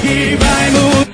Hoje vai no...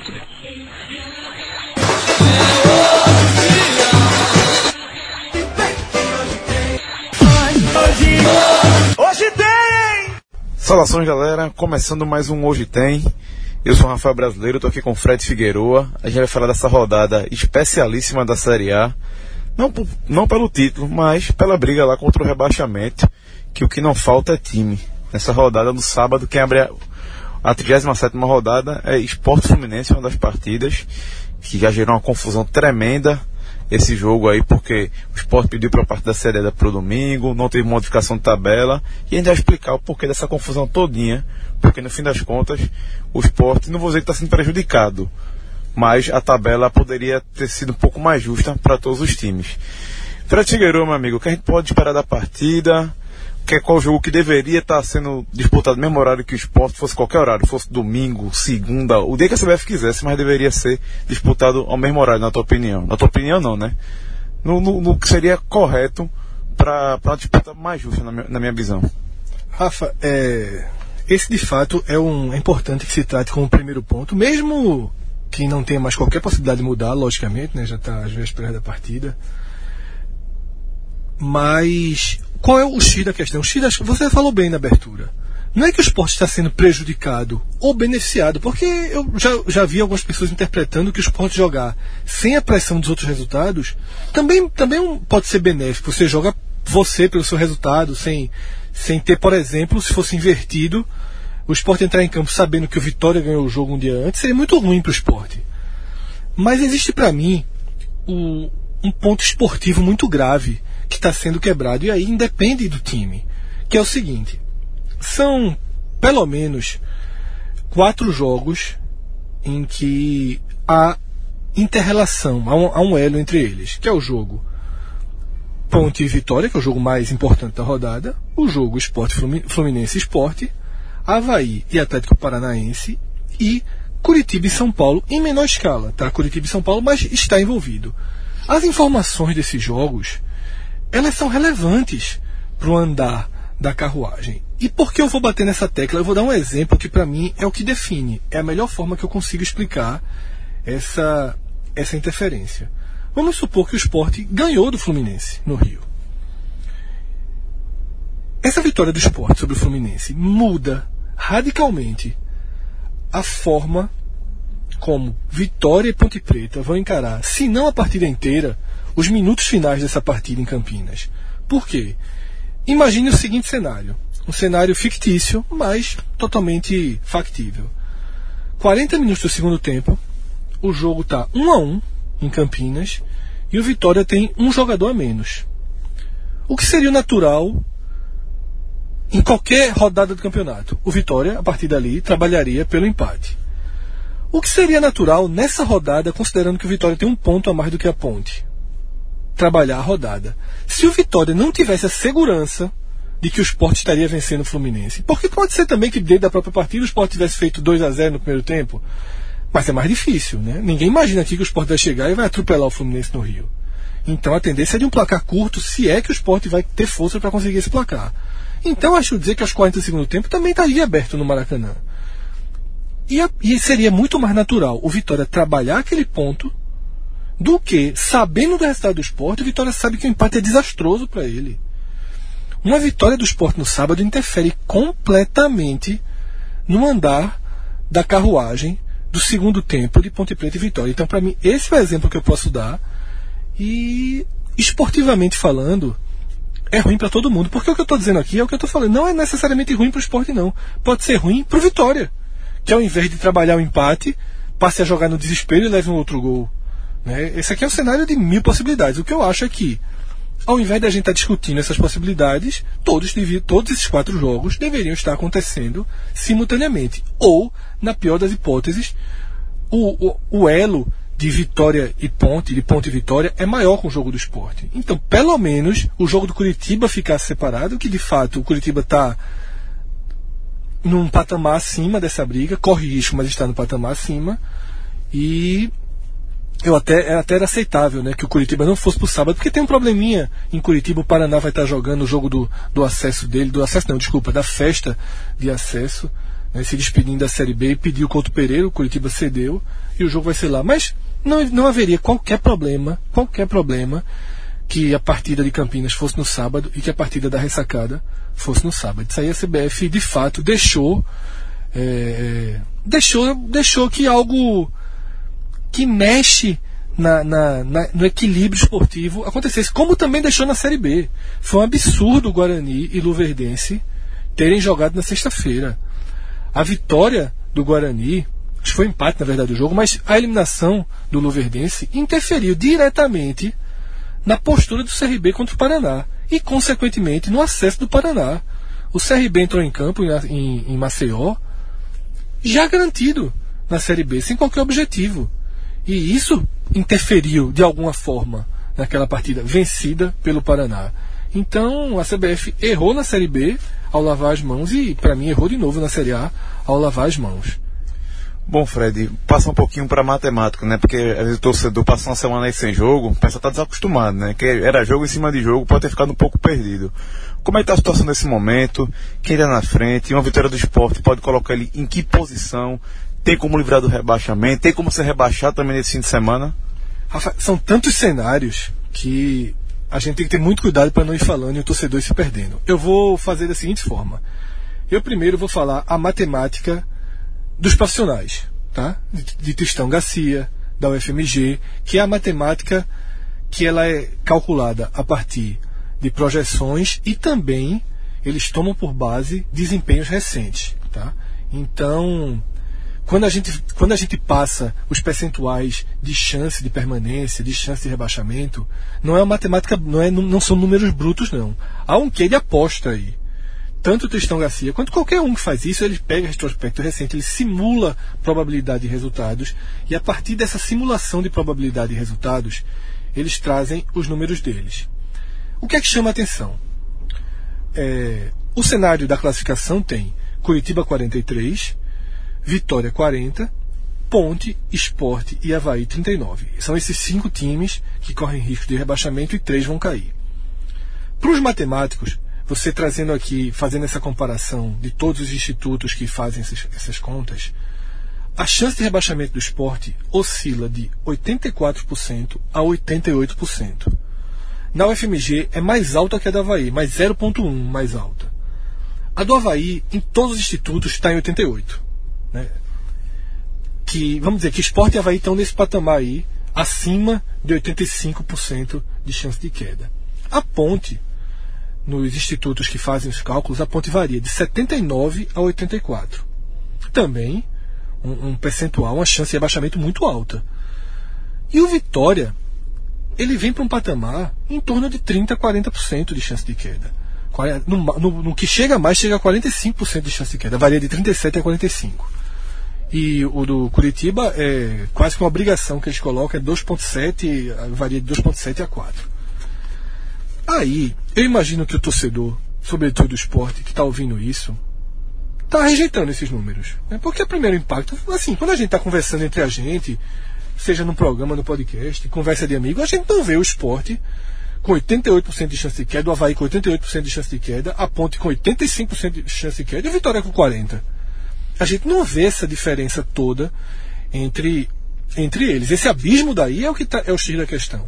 Hoje tem! Saudações, galera, começando mais um Hoje Tem. Eu sou o Rafael Brasileiro, estou aqui com o Fred Figueroa. A gente vai falar dessa rodada especialíssima da Série A. Não pelo título, mas pela briga lá contra o rebaixamento, que o que não falta é time. Nessa rodada, no sábado, quem abre a 37ª rodada é Sport Fluminense, uma das partidas que já gerou uma confusão tremenda esse jogo aí, porque o Sport pediu para a partida cedida para o domingo, não teve modificação de tabela, e a gente vai explicar o porquê dessa confusão todinha, porque no fim das contas o Sport, não vou dizer que está sendo prejudicado, mas a tabela poderia ter sido um pouco mais justa para todos os times. Fred Figueiredo, meu amigo, o que a gente pode esperar da partida? Qual jogo que deveria estar sendo disputado no mesmo horário que o Sport, fosse qualquer horário, fosse domingo, segunda, o dia que a CBF quisesse, mas deveria ser disputado ao mesmo horário, na tua opinião? Na tua opinião não, né? No que seria correto para uma disputa mais justa, na minha visão. Rafa, esse de fato é importante que se trate como primeiro ponto, mesmo que não tenha mais qualquer possibilidade de mudar, logicamente, né? Já está às vésperas da partida. Mas qual é o X da questão? O X você falou bem na abertura. Não é que o Sport está sendo prejudicado ou beneficiado, porque eu já vi algumas pessoas interpretando que o Sport jogar sem a pressão dos outros resultados também pode ser benéfico. Você joga pelo seu resultado, sem ter, por exemplo, se fosse invertido, o Sport entrar em campo sabendo que o Vitória ganhou o jogo um dia antes, seria muito ruim para o Sport. Mas existe para mim um ponto esportivo muito grave que está sendo quebrado, e aí independe do time, que é o seguinte: são pelo menos 4 jogos em que há inter-relação, há um elo entre eles, que é o jogo Ponte e Vitória, que é o jogo mais importante da rodada, o jogo Sport Fluminense Sport, Avaí e Atlético Paranaense, e Curitiba e São Paulo, em menor escala, tá? Curitiba e São Paulo, mas está envolvido. As informações desses jogos, elas são relevantes para o andar da carruagem. E por que eu vou bater nessa tecla? Eu vou dar um exemplo que para mim é o que define, é a melhor forma que eu consigo explicar essa interferência. Vamos supor que o Sport ganhou do Fluminense no Rio. Essa vitória do Sport sobre o Fluminense muda radicalmente a forma como Vitória e Ponte Preta vão encarar, se não a partida inteira, os minutos finais dessa partida em Campinas. Por quê? Imagine o seguinte cenário. Um cenário fictício, mas totalmente factível. 40 minutos do segundo tempo, o jogo está 1-1 em Campinas e o Vitória tem um jogador a menos. O que seria natural em qualquer rodada do campeonato? O Vitória, a partir dali, trabalharia pelo empate. O que seria natural nessa rodada, considerando que o Vitória tem um ponto a mais do que a Ponte? Trabalhar a rodada. Se o Vitória não tivesse a segurança de que o Sport estaria vencendo o Fluminense, porque pode ser também que dentro da própria partida o Sport tivesse feito 2-0 no primeiro tempo, mas é mais difícil, né? Ninguém imagina aqui que o Sport vai chegar e vai atropelar o Fluminense no Rio. Então a tendência é de um placar curto, se é que o Sport vai ter força para conseguir esse placar. Então acho dizer que aos 40 do segundo tempo também estaria aberto no Maracanã. E seria muito mais natural o Vitória trabalhar aquele ponto do que, sabendo do resultado do Sport, o Vitória sabe que o empate é desastroso para ele. Uma vitória do Sport no sábado interfere completamente no andar da carruagem do segundo tempo de Ponte Preta e Vitória. Então, para mim, esse é o exemplo que eu posso dar. E, esportivamente falando, é ruim para todo mundo. Porque o que eu estou dizendo aqui é o que eu estou falando. Não é necessariamente ruim para o Sport, não. Pode ser ruim para o Vitória, que ao invés de trabalhar o empate, passe a jogar no desespero e leve um outro gol. Esse aqui é um cenário de 1000 possibilidades. O que eu acho é que, ao invés de a gente estar discutindo essas possibilidades, todos esses 4 jogos deveriam estar acontecendo simultaneamente. Ou, na pior das hipóteses, o elo de Vitória e Ponte, de Ponte e Vitória, é maior com o jogo do Sport. Então, pelo menos, o jogo do Curitiba ficar separado, que de fato o Curitiba está num patamar acima dessa briga, corre risco, mas está no patamar acima, e até era aceitável, né, que o Curitiba não fosse pro sábado, porque tem um probleminha em Curitiba. O Paraná vai estar jogando o jogo do acesso dele, da festa de acesso né, se despedindo da Série B, pediu o Couto Pereira, o Curitiba cedeu e o jogo vai ser lá. Mas não haveria qualquer problema que a partida de Campinas fosse no sábado e que a partida da Ressacada fosse no sábado. Isso aí a CBF de fato deixou que algo que mexe no equilíbrio esportivo acontecesse, como também deixou na Série B. Foi um absurdo o Guarani e Luverdense terem jogado na sexta-feira. A vitória do Guarani, acho que foi empate na verdade do jogo, mas a eliminação do Luverdense interferiu diretamente na postura do CRB contra o Paraná e consequentemente no acesso do Paraná. O CRB entrou em campo em Maceió já garantido na Série B, sem qualquer objetivo. E isso interferiu de alguma forma naquela partida vencida pelo Paraná. Então a CBF errou na Série B ao lavar as mãos e, para mim, errou de novo na Série A ao lavar as mãos. Bom, Fred, passa um pouquinho para matemática, né? Porque às vezes o torcedor passa uma semana aí sem jogo, o pessoal tá desacostumado, né? Que era jogo em cima de jogo, pode ter ficado um pouco perdido. Como é que tá a situação nesse momento? Quem tá na frente? Uma vitória do Sport pode colocar ele em que posição? Tem como livrar do rebaixamento? Tem como ser rebaixado também nesse fim de semana? Rafa, são tantos cenários que a gente tem que ter muito cuidado para não ir falando e o torcedor ir se perdendo. Eu vou fazer da seguinte forma. Eu primeiro vou falar a matemática dos profissionais, tá? De Tristão Garcia, da UFMG, que é a matemática que ela é calculada a partir de projeções e também eles tomam por base desempenhos recentes, tá? Então, quando a gente passa os percentuais de chance de permanência, de chance de rebaixamento, não é uma matemática, não são números brutos, não. Há um quê de aposta aí. Tanto o Tristão Garcia quanto qualquer um que faz isso, ele pega retrospecto recente, ele simula probabilidade de resultados e a partir dessa simulação de probabilidade de resultados, eles trazem os números deles. O que é que chama a atenção? O cenário da classificação tem Curitiba 43, Vitória 40, Ponte, Sport e Avaí 39. São esses 5 times que correm risco de rebaixamento e 3 vão cair. Para os matemáticos, você trazendo aqui, fazendo essa comparação de todos os institutos que fazem essas contas, a chance de rebaixamento do Sport oscila de 84% a 88%. Na UFMG é mais alta que a da Avaí, mas 0,1 mais alta. A do Avaí, em todos os institutos, está em 88%. Né? Vamos dizer que Sport e Avaí estão nesse patamar aí, acima de 85% de chance de queda. A Ponte, nos institutos que fazem os cálculos, a Ponte varia de 79% a 84%. Também um percentual, uma chance de rebaixamento muito alta. E o Vitória, ele vem para um patamar em torno de 30% a 40% de chance de queda. No que chega mais, chega a 45% de chance de queda, varia de 37% a 45%. E o do Curitiba é quase que uma obrigação que eles colocam, é 2,7%, varia de 2,7% a 4%. Aí, eu imagino que o torcedor, sobretudo do Sport, que está ouvindo isso, está rejeitando esses números. Né? Porque o primeiro impacto, assim, quando a gente está conversando entre a gente, seja no programa, no podcast, conversa de amigo, a gente não vê o Sport com 88% de chance de queda, o Avaí com 88% de chance de queda, a Ponte com 85% de chance de queda e o Vitória com 40%. A gente não vê essa diferença toda entre eles. Esse abismo daí é o X da questão.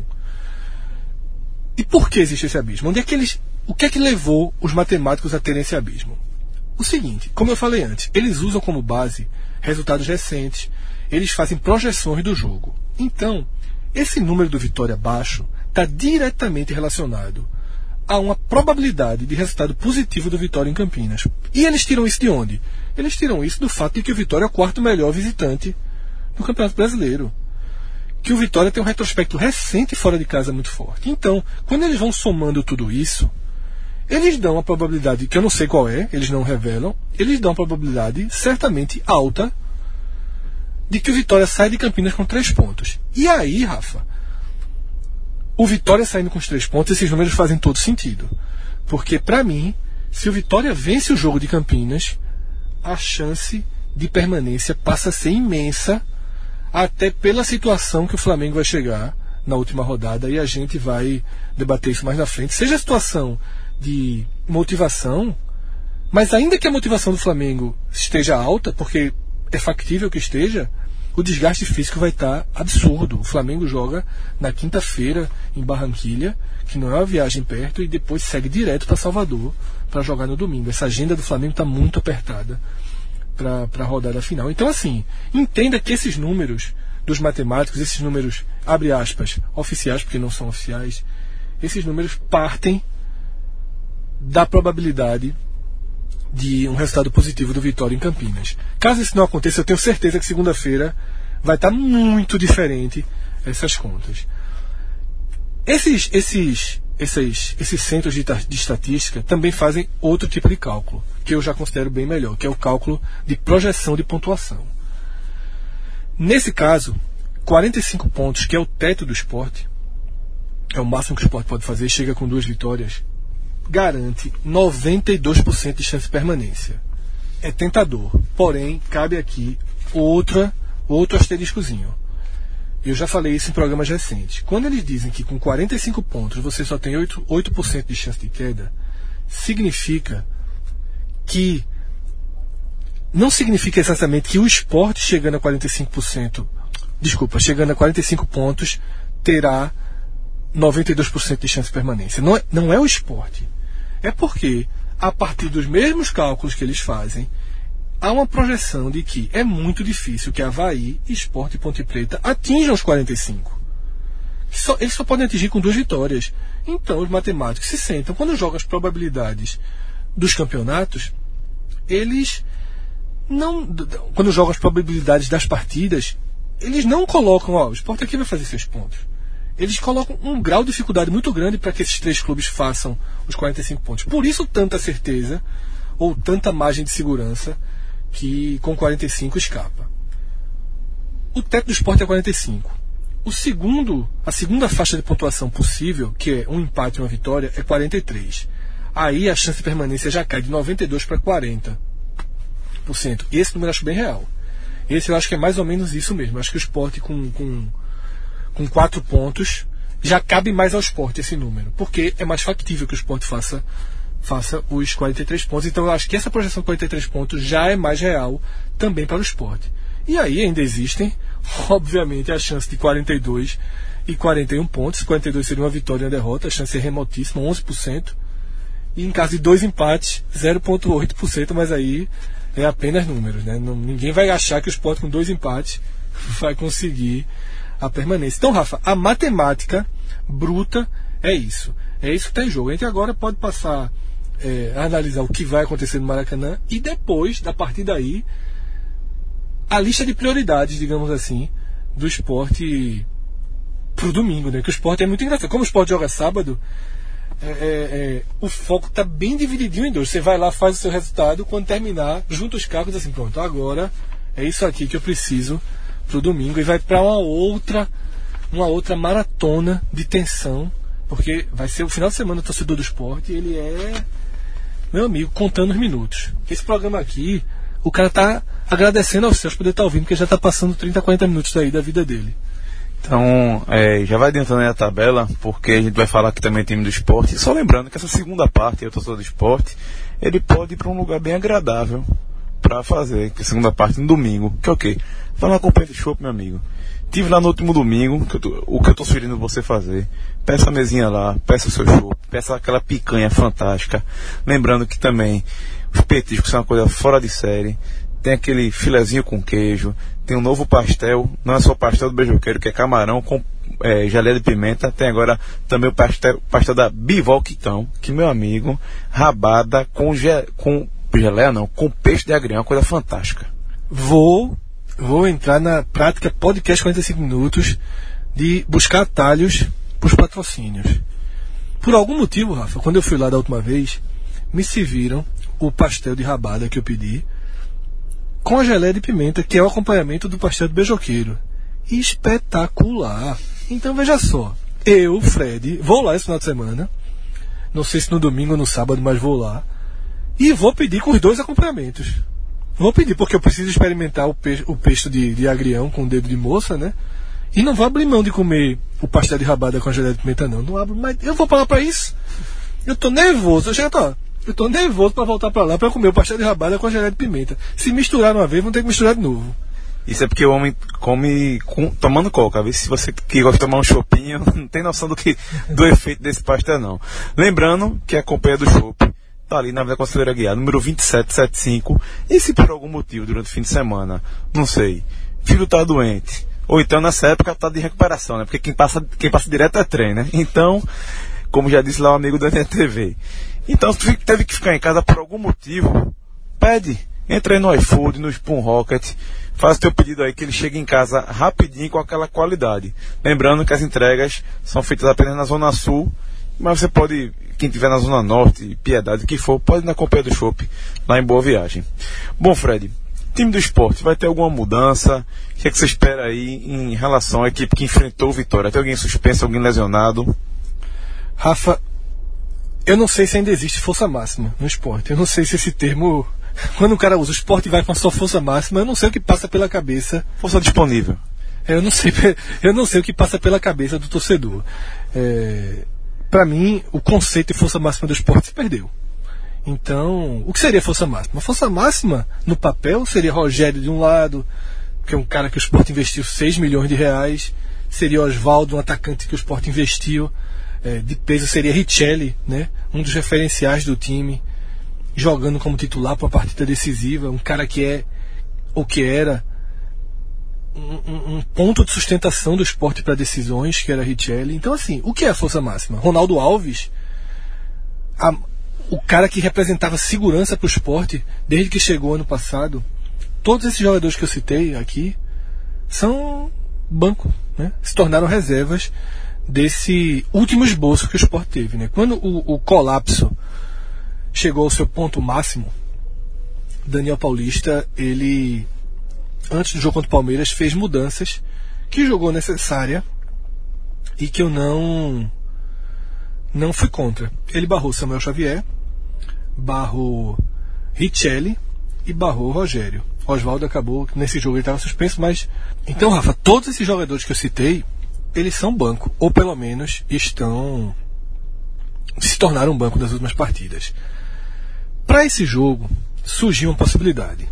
E por que existe esse abismo? O que é que levou os matemáticos a terem esse abismo? O seguinte, como eu falei antes, eles usam como base resultados recentes, eles fazem projeções do jogo. Então, esse número do Vitória baixo está diretamente relacionado a uma probabilidade de resultado positivo do Vitória em Campinas. E eles tiram isso de onde? Eles tiram isso do fato de que o Vitória é o 4º melhor visitante no Campeonato Brasileiro. Que o Vitória tem um retrospecto recente fora de casa muito forte. Então, quando eles vão somando tudo isso, eles dão uma probabilidade, que eu não sei qual é, eles não revelam, eles dão uma probabilidade certamente alta de que o Vitória sai de Campinas com 3 pontos. E aí, Rafa, o Vitória saindo com os 3 pontos, esses números fazem todo sentido. Porque, para mim, se o Vitória vence o jogo de Campinas, a chance de permanência passa a ser imensa, até pela situação que o Flamengo vai chegar na última rodada, e a gente vai debater isso mais na frente. Seja a situação de motivação Mas ainda que a motivação do Flamengo esteja alta, porque é factível que esteja, o desgaste físico vai estar absurdo. O Flamengo joga na quinta-feira em Barranquilha, que não é uma viagem perto, e depois segue direto para Salvador para jogar no domingo. Essa agenda do Flamengo está muito apertada para a rodada final. Então, assim, entenda que esses números dos matemáticos, esses números, abre aspas, oficiais, porque não são oficiais, esses números partem da probabilidade de um resultado positivo do Vitória em Campinas. Caso isso não aconteça, eu tenho certeza que segunda-feira vai estar muito diferente essas contas. Esses centros de estatística também fazem outro tipo de cálculo, que eu já considero bem melhor, que é o cálculo de projeção de pontuação. Nesse caso, 45 pontos, que é o teto do Sport, é o máximo que o Sport pode fazer, chega com 2 vitórias, garante 92% de chance de permanência. É tentador, porém, cabe aqui outro asteriscozinho. Eu já falei isso em programas recentes. Quando eles dizem que com 45 pontos você só tem 8% de chance de queda, significa que não significa exatamente que o Sport chegando a 45%, chegando a 45 pontos, terá 92% de chance de permanência. Não é o Sport. É porque, a partir dos mesmos cálculos que eles fazem, há uma projeção de que é muito difícil que Avaí, Sport e Ponte Preta atinjam os 45. Eles só podem atingir com 2 vitórias. Então, os matemáticos se sentam, quando jogam as probabilidades dos campeonatos, eles não... Quando jogam as probabilidades das partidas, eles não colocam, o Sport aqui vai fazer 6 pontos. Eles colocam um grau de dificuldade muito grande para que esses 3 clubes façam os 45 pontos. Por isso, tanta certeza, ou tanta margem de segurança, que com 45 escapa. O teto do Sport é 45. A segunda faixa de pontuação possível, que é um empate e uma vitória, é 43. Aí a chance de permanência já cai de 92% para 40%. E esse número eu acho bem real. Esse eu acho que é mais ou menos isso mesmo. Eu acho que o Sport com 4 pontos já cabe mais ao Sport esse número, porque é mais factível que o Sport faça os 43 pontos. Então eu acho que essa projeção de 43 pontos já é mais real também para o Sport. E aí ainda existem, obviamente, a chance de 42 e 41 pontos. 42 seria uma vitória e uma derrota, a chance é remotíssima, 11%. E em caso de 2 empates, 0,8%, mas aí é apenas números, né? Ninguém vai achar que o Sport com 2 empates vai conseguir a permanência. Então, Rafa, a matemática bruta é isso. É isso que está em jogo. A gente agora pode passar a analisar o que vai acontecer no Maracanã e depois, a partir daí, a lista de prioridades, digamos assim, do Sport pro domingo, né? Que o Sport é muito engraçado. Como o Sport joga sábado, o foco está bem divididinho em 2. Você vai lá, faz o seu resultado, quando terminar, junta os carros e diz assim, pronto, agora é isso aqui que eu preciso pro domingo, e vai para uma outra maratona de tensão, porque vai ser o final de semana do torcedor do Sport, e ele é, meu amigo, contando os minutos. Esse programa aqui, o cara tá agradecendo aos céus por poder estar ouvindo, porque já tá passando 30, 40 minutos aí da vida dele. Então, já vai adiantando aí a tabela, porque a gente vai falar aqui também time do Sport. E só lembrando que essa segunda parte, o torcedor do Sport, ele pode ir para um lugar bem agradável para fazer, que é a segunda parte no domingo, que é o quê? Vai lá com o Pet Shop, meu amigo. Tive lá no último domingo, o que eu tô sugerindo você fazer. Peça a mesinha lá, peça o seu chopp, peça aquela picanha fantástica. Lembrando que também os petiscos são uma coisa fora de série. Tem aquele filezinho com queijo, tem um novo pastel, não é só o pastel do beijoqueiro, que é camarão com geleia de pimenta. Tem agora também o pastel da Bivolquitão, que, meu amigo, rabada com geleia não, com peixe de agrião, uma coisa fantástica. Vou entrar na prática podcast 45 minutos de buscar atalhos para os patrocínios. Por algum motivo, Rafa, quando eu fui lá da última vez, me serviram o pastel de rabada que eu pedi com a geleia de pimenta, que é o acompanhamento do pastel do beijoqueiro. Espetacular! Então veja só, eu, Fred, vou lá esse final de semana, não sei se no domingo ou no sábado, mas vou lá, e vou pedir com os 2 acompanhamentos. Vou pedir, porque eu preciso experimentar o peixe de agrião com o dedo de moça, né? E não vou abrir mão de comer o pastel de rabada com a geleia de pimenta, não. Não abro, mas eu vou falar pra isso. Eu tô nervoso. Eu chego, Eu tô nervoso pra voltar pra lá pra comer o pastel de rabada com a geleia de pimenta. Se misturar uma vez, vão ter que misturar de novo. Isso é porque o homem come tomando coca. Se você que gosta de tomar um chopinho, não tem noção do efeito desse pastel, não. Lembrando que a companhia do chopp tá ali na Avenida Conselheiro Aguiar, número 2775. E se por algum motivo, durante o fim de semana, não sei, filho tá doente, ou então nessa época tá de recuperação, né? Porque quem passa direto é trem, né? Então, como já disse lá o amigo da NTV. Então, se tu teve que ficar em casa por algum motivo, pede. Entra aí no iFood, no Spoon Rocket, faz o teu pedido aí que ele chega em casa rapidinho com aquela qualidade. Lembrando que as entregas são feitas apenas na Zona Sul, mas você pode, quem estiver na Zona Norte, Piedade, o que for, pode ir na companhia do chopp, lá em Boa Viagem. Bom, Fred, time do esporte, vai ter alguma mudança? O que é que você espera aí em relação à equipe que enfrentou o Vitória? Tem alguém suspenso, alguém lesionado? Rafa, eu não sei se ainda existe força máxima no esporte. Eu não sei se esse termo, quando o cara usa o esporte vai com a sua força máxima, eu não sei o que passa pela cabeça. Força disponível. Eu não sei o que passa pela cabeça do torcedor. Para mim, o conceito de força máxima do esporte se perdeu. Então, o que seria força máxima? A força máxima, no papel, seria Rogério de um lado, que é um cara que o esporte investiu 6 milhões de reais. Seria Oswaldo, um atacante que o esporte investiu. De peso seria Richelli, né? Um dos referenciais do time, jogando como titular para uma partida decisiva, um cara que é ou que era um ponto de sustentação do esporte para decisões, que era Richelli. Então, assim, o que é a força máxima? Ronaldo Alves, o cara que representava segurança para o esporte desde que chegou ano passado. Todos esses jogadores que eu citei aqui são banco, né? Se tornaram reservas desse último esboço que o Sport teve, né? Quando o colapso chegou ao seu ponto máximo, Daniel Paulista, ele, antes do jogo contra o Palmeiras, fez mudanças que jogou necessária e que eu não fui contra. Ele barrou Samuel Xavier, barrou Richelli e barrou Rogério. Oswaldo acabou, nesse jogo ele estava suspenso, mas... Então, Rafa, todos esses jogadores que eu citei, eles são banco, ou pelo menos se tornaram banco das últimas partidas. Para esse jogo, surgiu uma possibilidade.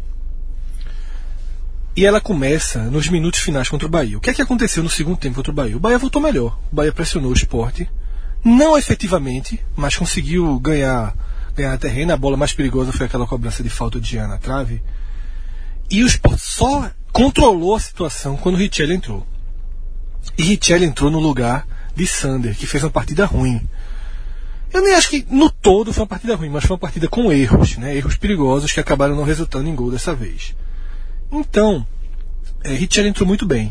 E ela começa nos minutos finais contra o Bahia. O que é que aconteceu no segundo tempo contra o Bahia? O Bahia voltou melhor. O Bahia pressionou o Sport, não efetivamente, mas conseguiu ganhar terreno. A bola mais perigosa foi aquela cobrança de falta de Jean na trave. E o Sport só controlou a situação quando o Richelli entrou. E Richelli entrou no lugar de Sander, que fez uma partida ruim. Eu nem acho que no todo foi uma partida ruim, mas foi uma partida com erros, né? Erros perigosos que acabaram não resultando em gol dessa vez. Então, Richelli entrou muito bem.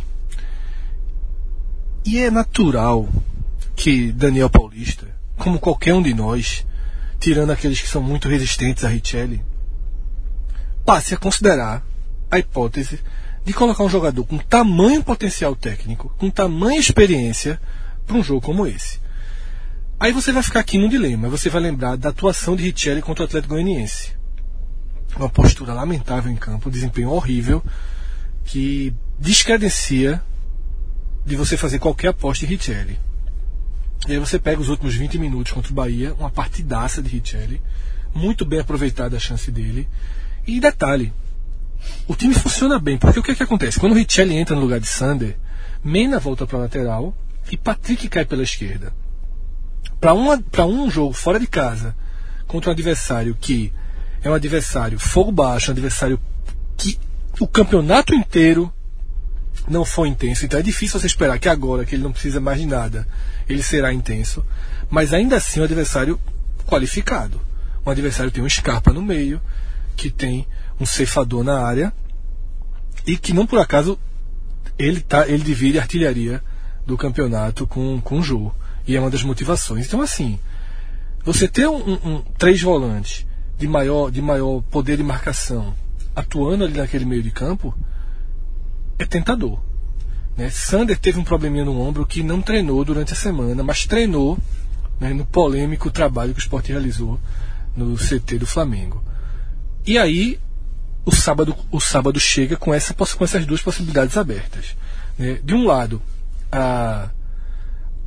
E é natural que Daniel Paulista, como qualquer um de nós, tirando aqueles que são muito resistentes a Richelli, passe a considerar a hipótese de colocar um jogador com tamanho potencial técnico, com tamanha experiência, para um jogo como esse. Aí você vai ficar aqui no dilema, você vai lembrar da atuação de Richelli contra o Atlético Goianiense. Uma postura lamentável em campo, um desempenho horrível, que descredencia de você fazer qualquer aposta em Richelli. E aí você pega os últimos 20 minutos contra o Bahia, uma partidaça de Richelli, muito bem aproveitada a chance dele. E detalhe, o time funciona bem, porque o que é que acontece? Quando o Richelli entra no lugar de Sander, Mena volta para a lateral e Patrick cai pela esquerda. Para um jogo fora de casa, contra um adversário que é um adversário fogo baixo, um adversário que o campeonato inteiro não foi intenso, então é difícil você esperar que agora, que ele não precisa mais de nada, ele será intenso, mas ainda assim é um adversário qualificado. Um adversário que tem um Scarpa no meio, que tem um ceifador na área e que não por acaso ele divide a artilharia do campeonato com o Jô, e é uma das motivações. Então, assim, você ter três volantes de maior poder de marcação atuando ali naquele meio de campo é tentador, né? Sander teve um probleminha no ombro que não treinou durante a semana, mas treinou, né, no polêmico trabalho que o Sport realizou no CT do Flamengo. E aí o sábado chega com essas duas possibilidades abertas, né? De um lado,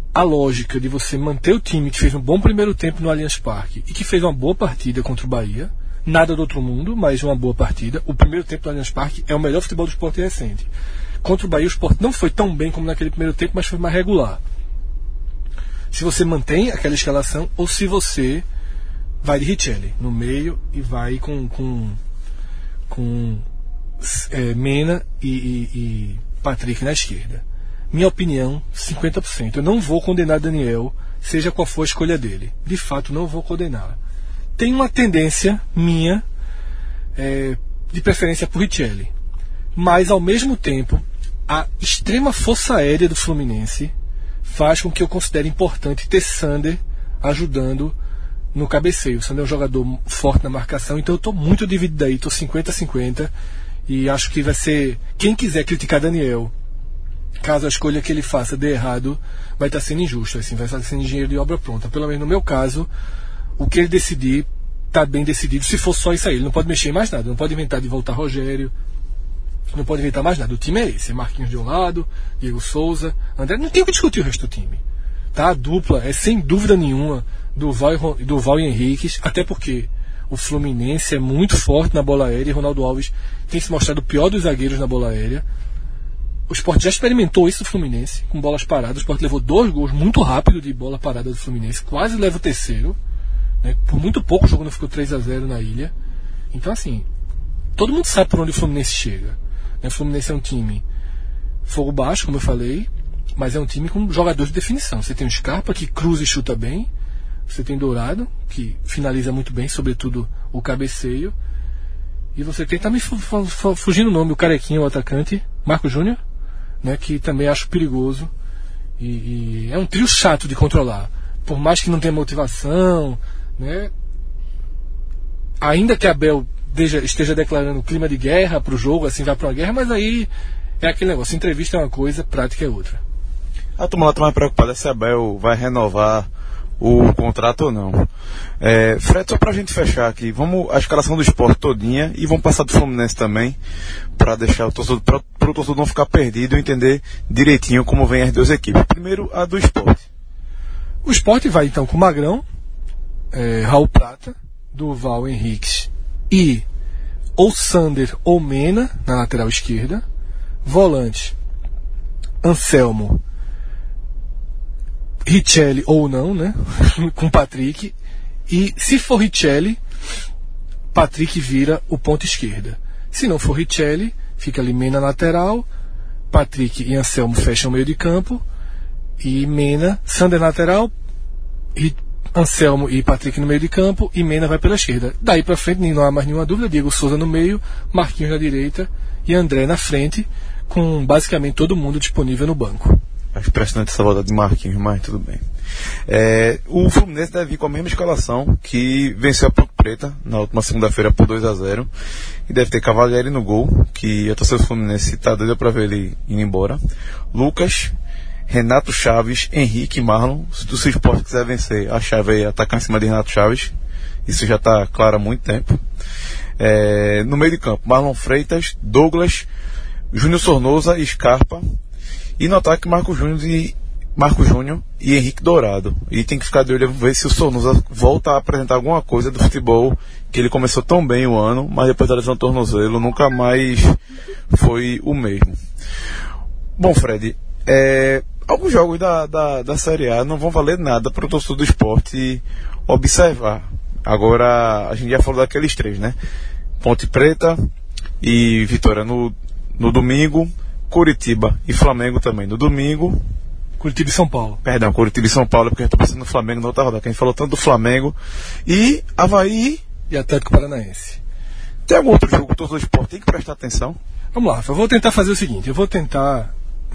a lógica de você manter o time que fez um bom primeiro tempo no Allianz Parque e que fez uma boa partida contra o Bahia, nada do outro mundo, mas uma boa partida. O primeiro tempo do Allianz Parque é o melhor futebol do Sport recente. Contra o Bahia, o Sport não foi tão bem como naquele primeiro tempo, mas foi mais regular. Se você mantém aquela escalação ou se você vai de Richelli no meio e vai com Mena e Patrick na esquerda. Minha opinião, 50%. Eu não vou condenar Daniel, seja qual for a escolha dele. De fato, não vou condenar. Tem uma tendência minha de preferência por Richelli. Mas, ao mesmo tempo, a extrema força aérea do Fluminense faz com que eu considere importante ter Sander ajudando no cabeceio. O Sander é um jogador forte na marcação, então eu estou muito dividido aí, estou 50-50 e acho que vai ser... Quem quiser criticar Daniel, caso a escolha que ele faça dê errado, vai estar sendo injusto, assim, vai estar sendo engenheiro de obra pronta. Pelo menos no meu caso, o que ele decidir está bem decidido. Se for só isso aí, ele não pode mexer em mais nada, não pode inventar de voltar Rogério, não pode inventar mais nada. O time é esse, é Marquinhos de um lado, Diego Souza, André, não tem o que discutir o resto do time, tá? A dupla é sem dúvida nenhuma Duval e Henriques, até porque o Fluminense é muito forte na bola aérea e Ronaldo Alves tem se mostrado o pior dos zagueiros na bola aérea. O Sport já experimentou isso do Fluminense com bolas paradas. O Sport levou 2 gols muito rápido de bola parada do Fluminense, quase leva o terceiro, né? Por muito pouco o jogo não ficou 3-0 na ilha. Então, assim, todo mundo sabe por onde o Fluminense chega. O Fluminense é um time fogo baixo, como eu falei, mas é um time com jogadores de definição. Você tem o Scarpa, que cruza e chuta bem. Você tem Dourado, que finaliza muito bem, sobretudo o cabeceio. E você tem, tá me fugindo o nome, o carequinho, o atacante, Marco Júnior, né, que também acho perigoso. E é um trio chato de controlar. Por mais que não tenha motivação, né, ainda que Abel esteja declarando clima de guerra para o jogo, assim vai para uma guerra, mas aí é aquele negócio, entrevista é uma coisa, prática é outra. A turma está mais preocupada se Abel vai renovar o contrato ou não. Fred, só pra gente fechar aqui, vamos a escalação do Sport todinha e vamos passar do Fluminense também, para deixar o torcedor, para o torcedor não ficar perdido e entender direitinho como vem as duas equipes. Primeiro, a do Sport. O Sport vai então com Magrão, Raul Prata, Duval Henriques e ou Sander ou Mena na lateral esquerda, volante Anselmo, Richelli ou não, né? Com Patrick. E se for Richelli, Patrick vira o ponta esquerda. Se não for Richelli, fica ali Mena lateral, Patrick e Anselmo fecham o meio de campo, e Mena, Sander lateral, e Anselmo e Patrick no meio de campo, e Mena vai pela esquerda. Daí pra frente não há mais nenhuma dúvida, Diego Souza no meio, Marquinhos na direita e André na frente, com basicamente todo mundo disponível no banco. Acho impressionante essa volta de Marquinhos, mas tudo bem. O Fluminense deve vir com a mesma escalação que venceu a Ponte Preta na última segunda-feira por 2-0. E deve ter Cavalieri no gol, que a torcida do Fluminense está doida para ver ele indo embora. Lucas, Renato Chaves, Henrique e Marlon. Se o Sport quiser vencer, a chave é atacar em cima de Renato Chaves. Isso já está claro há muito tempo. No meio de campo, Marlon Freitas, Douglas, Júnior Sornosa e Scarpa. E no ataque, Marco Júnior e Henrique Dourado. E tem que ficar de olho ver se o Sornosa volta a apresentar alguma coisa do futebol, que ele começou tão bem o ano, mas depois da lesão do tornozelo nunca mais foi o mesmo. Bom, Fred, alguns jogos da Série A não vão valer nada para o torcedor do esporte observar. Agora, a gente já falou daqueles 3, né? Ponte Preta e Vitória no domingo, Curitiba e Flamengo também no domingo. Curitiba e São Paulo. Perdão, Curitiba e São Paulo, porque eu estou pensando no Flamengo na outra rodada, que a gente falou tanto do Flamengo. E Avaí e Atlético Paranaense. Tem algum outro jogo que o torcedor do esporte tem que prestar atenção? Vamos lá, Rafa, eu vou tentar fazer o seguinte, eu vou tentar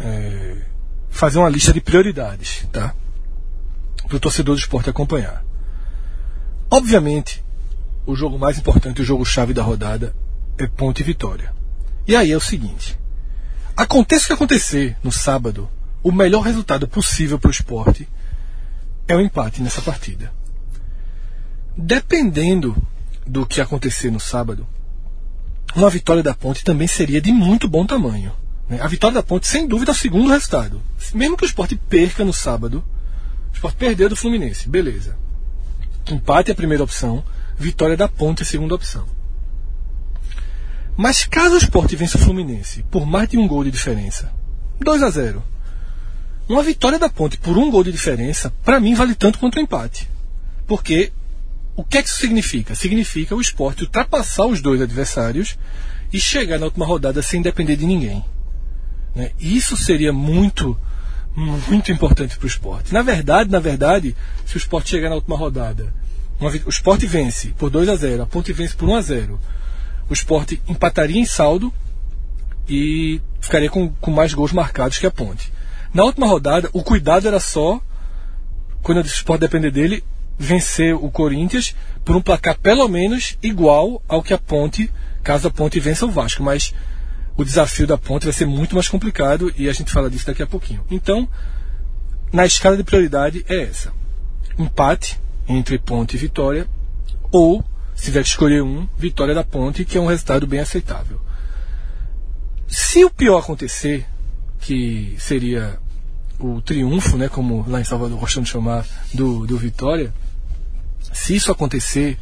fazer uma lista de prioridades, tá? Para o torcedor do esporte acompanhar. Obviamente, o jogo mais importante, o jogo-chave da rodada é Ponte e Vitória. E aí é o seguinte: aconteça o que acontecer no sábado, o melhor resultado possível para o esporte é o empate nessa partida. Dependendo do que acontecer no sábado, uma vitória da Ponte também seria de muito bom tamanho, né? A vitória da Ponte, sem dúvida, é o segundo resultado. Mesmo que o esporte perca no sábado, O Sport perdeu do Fluminense, beleza. Empate é a primeira opção, vitória da Ponte é a segunda opção. Mas caso o Sport vença o Fluminense por mais de um gol de diferença, 2-0, uma vitória da Ponte por um gol de diferença, para mim vale tanto quanto o empate. Porque o que é que isso significa? Significa o Sport ultrapassar os dois adversários e chegar na última rodada sem depender de ninguém. Né? Isso seria muito, muito importante para o Sport. Na verdade, se o Sport chegar na última rodada, o Sport vence por 2-0, a Ponte vence por 1-0, o Sport empataria em saldo e ficaria com mais gols marcados que a Ponte. Na última rodada, o cuidado era só, quando o Sport depender dele, vencer o Corinthians por um placar pelo menos igual ao que a Ponte, caso a Ponte vença o Vasco. Mas o desafio da Ponte vai ser muito mais complicado e a gente fala disso daqui a pouquinho. Então, na escala de prioridade é essa: empate entre Ponte e Vitória, ou, se tiver que escolher um, vitória da Ponte, que é um resultado bem aceitável. Se o pior acontecer, que seria o triunfo, né, como lá em Salvador gostam de chamar, do Vitória, se isso acontecer,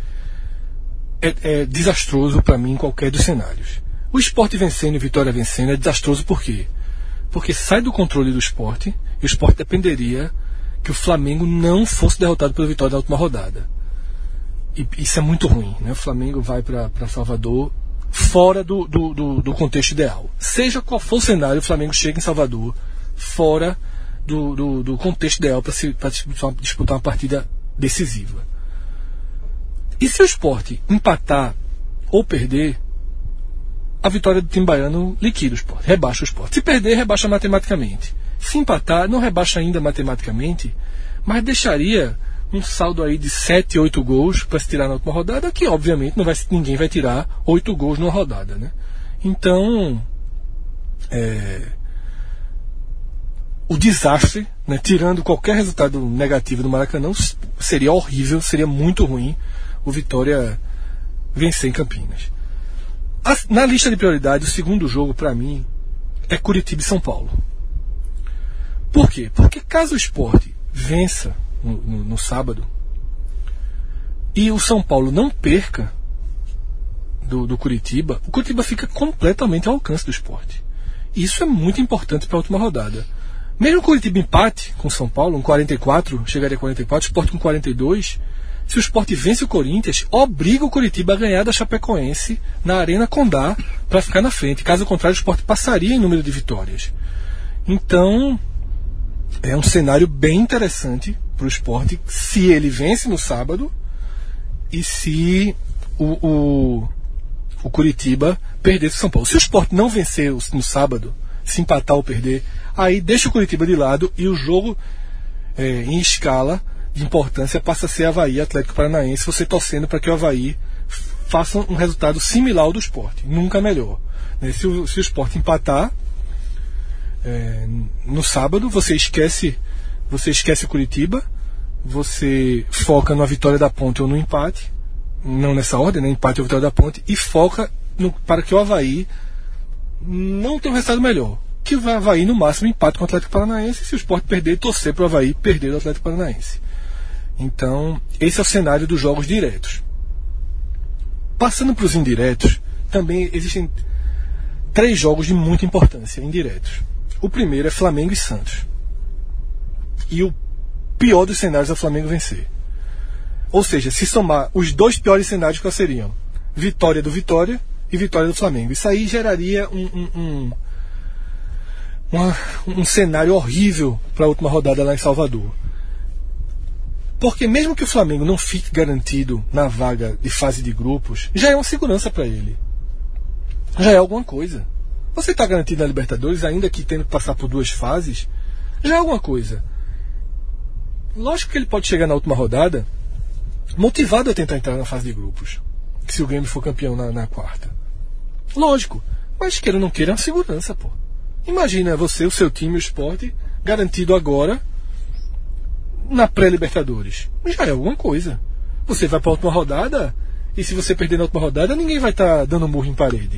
é desastroso para mim em qualquer dos cenários. O Sport vencendo e Vitória vencendo é desastroso por quê? Porque sai do controle do Sport e o Sport dependeria que o Flamengo não fosse derrotado pelo Vitória na última rodada. E isso é muito ruim, né? O Flamengo vai para Salvador fora do contexto ideal. Seja qual for o cenário, o Flamengo chega em Salvador fora do contexto ideal para disputar uma partida decisiva. E se o Sport empatar ou perder, a vitória do time baiano liquida o Sport, rebaixa o Sport. Se perder, rebaixa matematicamente. Se empatar, não rebaixa ainda matematicamente, mas deixaria um saldo aí de 7, 8 gols para se tirar na última rodada, que obviamente ninguém vai tirar 8 gols numa rodada, né? Então, o desastre, né, tirando qualquer resultado negativo do Maracanã, seria horrível, seria muito ruim o Vitória vencer em Campinas. Na lista de prioridade, o segundo jogo para mim é Curitiba e São Paulo. Por quê? Porque caso o Sport vença no sábado e o São Paulo não perca do Curitiba, o Curitiba fica completamente ao alcance do Sport. E isso é muito importante para a última rodada. Mesmo o Curitiba empate com o São Paulo, um 44, chegaria a 44, o Sport com 42, se o Sport vence o Corinthians, obriga o Curitiba a ganhar da Chapecoense na Arena Condá para ficar na frente. Caso contrário, o Sport passaria em número de vitórias. Então, é um cenário bem interessante para o Sport se ele vence no sábado e se o Curitiba perder do São Paulo. Se o Sport não vencer no sábado, se empatar ou perder, aí deixa o Curitiba de lado e o jogo em escala de importância passa a ser Avaí Atlético Paranaense, você torcendo para que o Avaí faça um resultado similar ao do Sport, nunca melhor. Se o Sport empatar no sábado, você esquece o Curitiba, você foca na vitória da Ponte ou no empate, não nessa ordem, né? Empate ou vitória da Ponte, e foca para que o Avaí não tenha um resultado melhor, que o Avaí no máximo empate com o Atlético Paranaense, se o Sport perder, torcer para o Avaí perder do Atlético Paranaense. Então, esse é o cenário dos jogos diretos. Passando para os indiretos, também existem 3 jogos de muita importância indiretos. O primeiro é Flamengo e Santos. E o pior dos cenários é o Flamengo vencer. Ou seja, se somar os 2 piores cenários, quais seriam? Vitória do Vitória e vitória do Flamengo. Isso aí geraria um cenário horrível para a última rodada lá em Salvador. Porque mesmo que o Flamengo não fique garantido na vaga de fase de grupos, já é uma segurança para ele. Já é alguma coisa. Você está garantido na Libertadores, ainda que tendo que passar por 2 fases, já é alguma coisa. Lógico que ele pode chegar na última rodada motivado a tentar entrar na fase de grupos, se o Grêmio for campeão na quarta. Lógico. Mas queira ou não queira, é uma segurança, pô. Imagina você, o seu time, o Sport, garantido agora na pré-Libertadores. Já é alguma coisa. Você vai para a última rodada e se você perder na última rodada, ninguém vai estar dando murro em parede.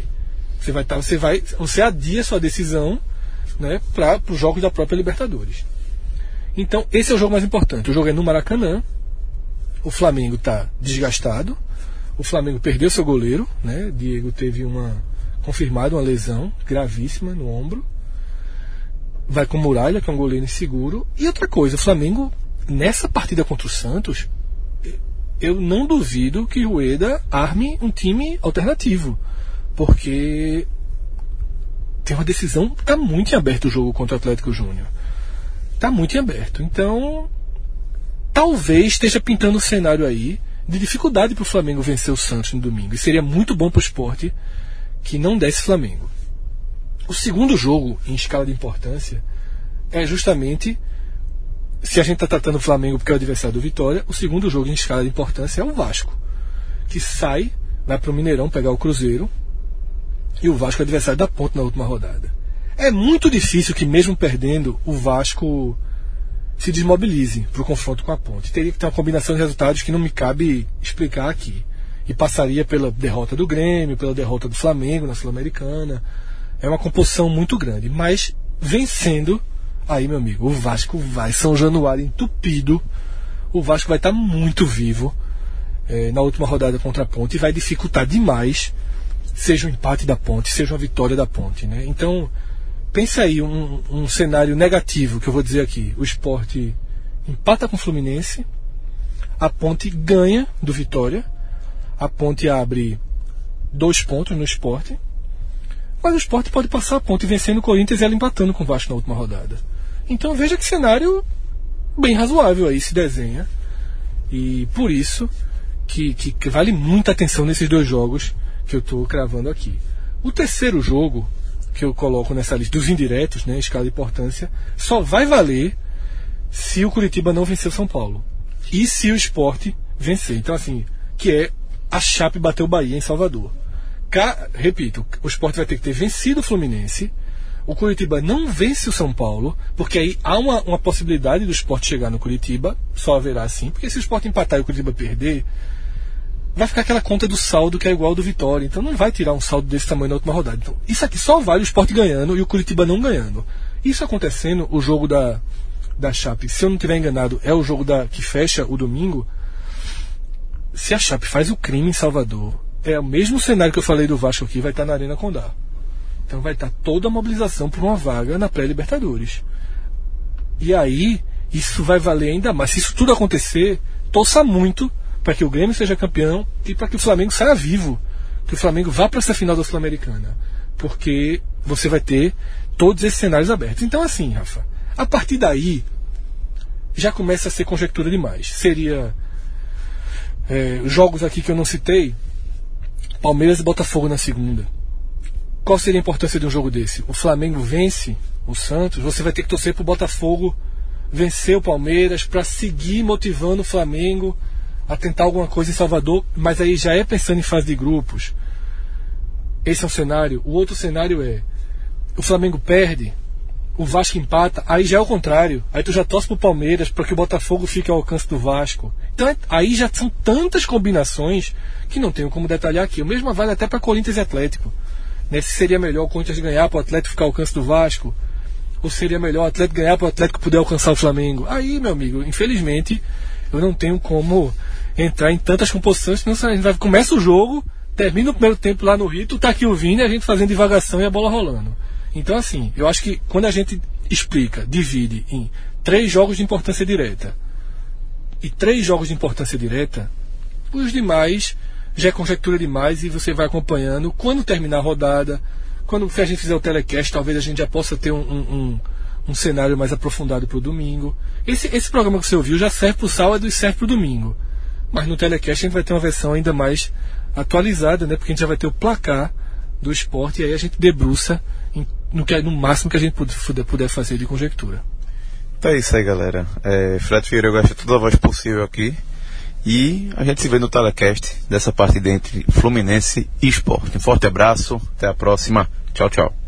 Você adia sua decisão, né, para os jogos da própria Libertadores. Então, esse é o jogo mais importante. O jogo é no Maracanã. O Flamengo está desgastado. O Flamengo perdeu seu goleiro, né? Diego teve confirmada uma lesão gravíssima no ombro. Vai com o Muralha, que é um goleiro inseguro. E outra coisa, o Flamengo, nessa partida contra o Santos, eu não duvido que o Rueda arme um time alternativo. Porque tem uma decisão, está muito em aberto o jogo contra o Atlético Júnior. Está muito em aberto. Então, talvez esteja pintando um cenário aí de dificuldade para o Flamengo vencer o Santos no domingo. E seria muito bom para o Sport que não desse Flamengo. O segundo jogo, em escala de importância, é justamente, se a gente está tratando o Flamengo porque é o adversário do Vitória, o segundo jogo em escala de importância é o Vasco, que vai para o Mineirão pegar o Cruzeiro, e o Vasco é adversário da Ponte na última rodada. É muito difícil que, mesmo perdendo, o Vasco se desmobilize para o confronto com a Ponte. Teria que ter uma combinação de resultados que não me cabe explicar aqui. E passaria pela derrota do Grêmio, pela derrota do Flamengo na Sul-Americana. É uma composição muito grande. Mas, vencendo, aí, meu amigo, o Vasco vai São Januário entupido. O Vasco vai estar muito vivo na última rodada contra a Ponte e vai dificultar demais, seja um empate da Ponte, seja uma vitória da Ponte, né? Então, pensa aí um cenário negativo que eu vou dizer aqui. O Sport empata com o Fluminense, a Ponte ganha do Vitória, a Ponte abre 2 pontos no Sport, mas o Sport pode passar a Ponte vencendo o Corinthians e ela empatando com o Vasco na última rodada. Então veja que cenário bem razoável aí se desenha, e por isso que vale muita atenção nesses 2 jogos que eu estou cravando aqui. O terceiro jogo que eu coloco nessa lista dos indiretos, né, escala de importância, só vai valer se o Curitiba não vencer o São Paulo e se o Sport vencer. Então, assim, que é a Chape bater o Bahia em Salvador. Repito, o Sport vai ter que ter vencido o Fluminense, o Curitiba não vence o São Paulo, porque aí há uma possibilidade do Sport chegar no Curitiba, só haverá assim, porque se o Sport empatar e o Curitiba perder, vai ficar aquela conta do saldo que é igual ao do Vitória. Então não vai tirar um saldo desse tamanho na última rodada. Então, isso aqui só vale o Sport ganhando e o Curitiba não ganhando. Isso acontecendo, o jogo da Chape, se eu não estiver enganado, é o jogo que fecha o domingo. Se a Chape faz o crime em Salvador, é o mesmo cenário que eu falei do Vasco aqui, vai estar na Arena Condá. Então vai estar toda a mobilização por uma vaga na pré-Libertadores. E aí, isso vai valer ainda mais. Se isso tudo acontecer, torça muito para que o Grêmio seja campeão e para que o Flamengo saia vivo, que o Flamengo vá para essa final da Sul-Americana, porque você vai ter todos esses cenários abertos. Então, assim, Rafa, a partir daí já começa a ser conjectura demais. Seria jogos aqui que eu não citei, Palmeiras e Botafogo na segunda. Qual seria a importância de um jogo desse? O Flamengo vence o Santos, você vai ter que torcer para o Botafogo vencer o Palmeiras para seguir motivando o Flamengo a tentar alguma coisa em Salvador, mas aí já é pensando em fase de grupos. Esse é um cenário. O outro cenário é o Flamengo perde, o Vasco empata, aí já é o contrário. Aí tu já torce pro Palmeiras para que o Botafogo fique ao alcance do Vasco. Então aí já são tantas combinações que não tenho como detalhar aqui. O mesmo vale até para Corinthians e Atlético, né? Se seria melhor o Corinthians ganhar para o Atlético ficar ao alcance do Vasco, ou seria melhor o Atlético ganhar para o Atlético poder alcançar o Flamengo. Aí, meu amigo, infelizmente eu não tenho como entrar em tantas composições, senão a gente começa o jogo, termina o primeiro tempo lá no Rio, tá aqui o Vini, a gente fazendo divagação e a bola rolando. Então, assim, eu acho que quando a gente explica, divide em 3 jogos de importância direta e 3 jogos de importância direta, os demais já é conjectura demais e você vai acompanhando. Quando terminar a rodada, quando a gente fizer o telecast, talvez a gente já possa ter um cenário mais aprofundado para o domingo. Esse programa que você ouviu já serve para o sábado e serve para o domingo. Mas no telecast a gente vai ter uma versão ainda mais atualizada, né? Porque a gente já vai ter o placar do Sport e aí a gente debruça no máximo que a gente puder fazer de conjectura. Então é isso aí, galera. Fred Figueiredo gasta toda a voz possível aqui. E a gente se vê no telecast dessa partida entre Fluminense e Sport. Um forte abraço, até a próxima. Tchau, tchau.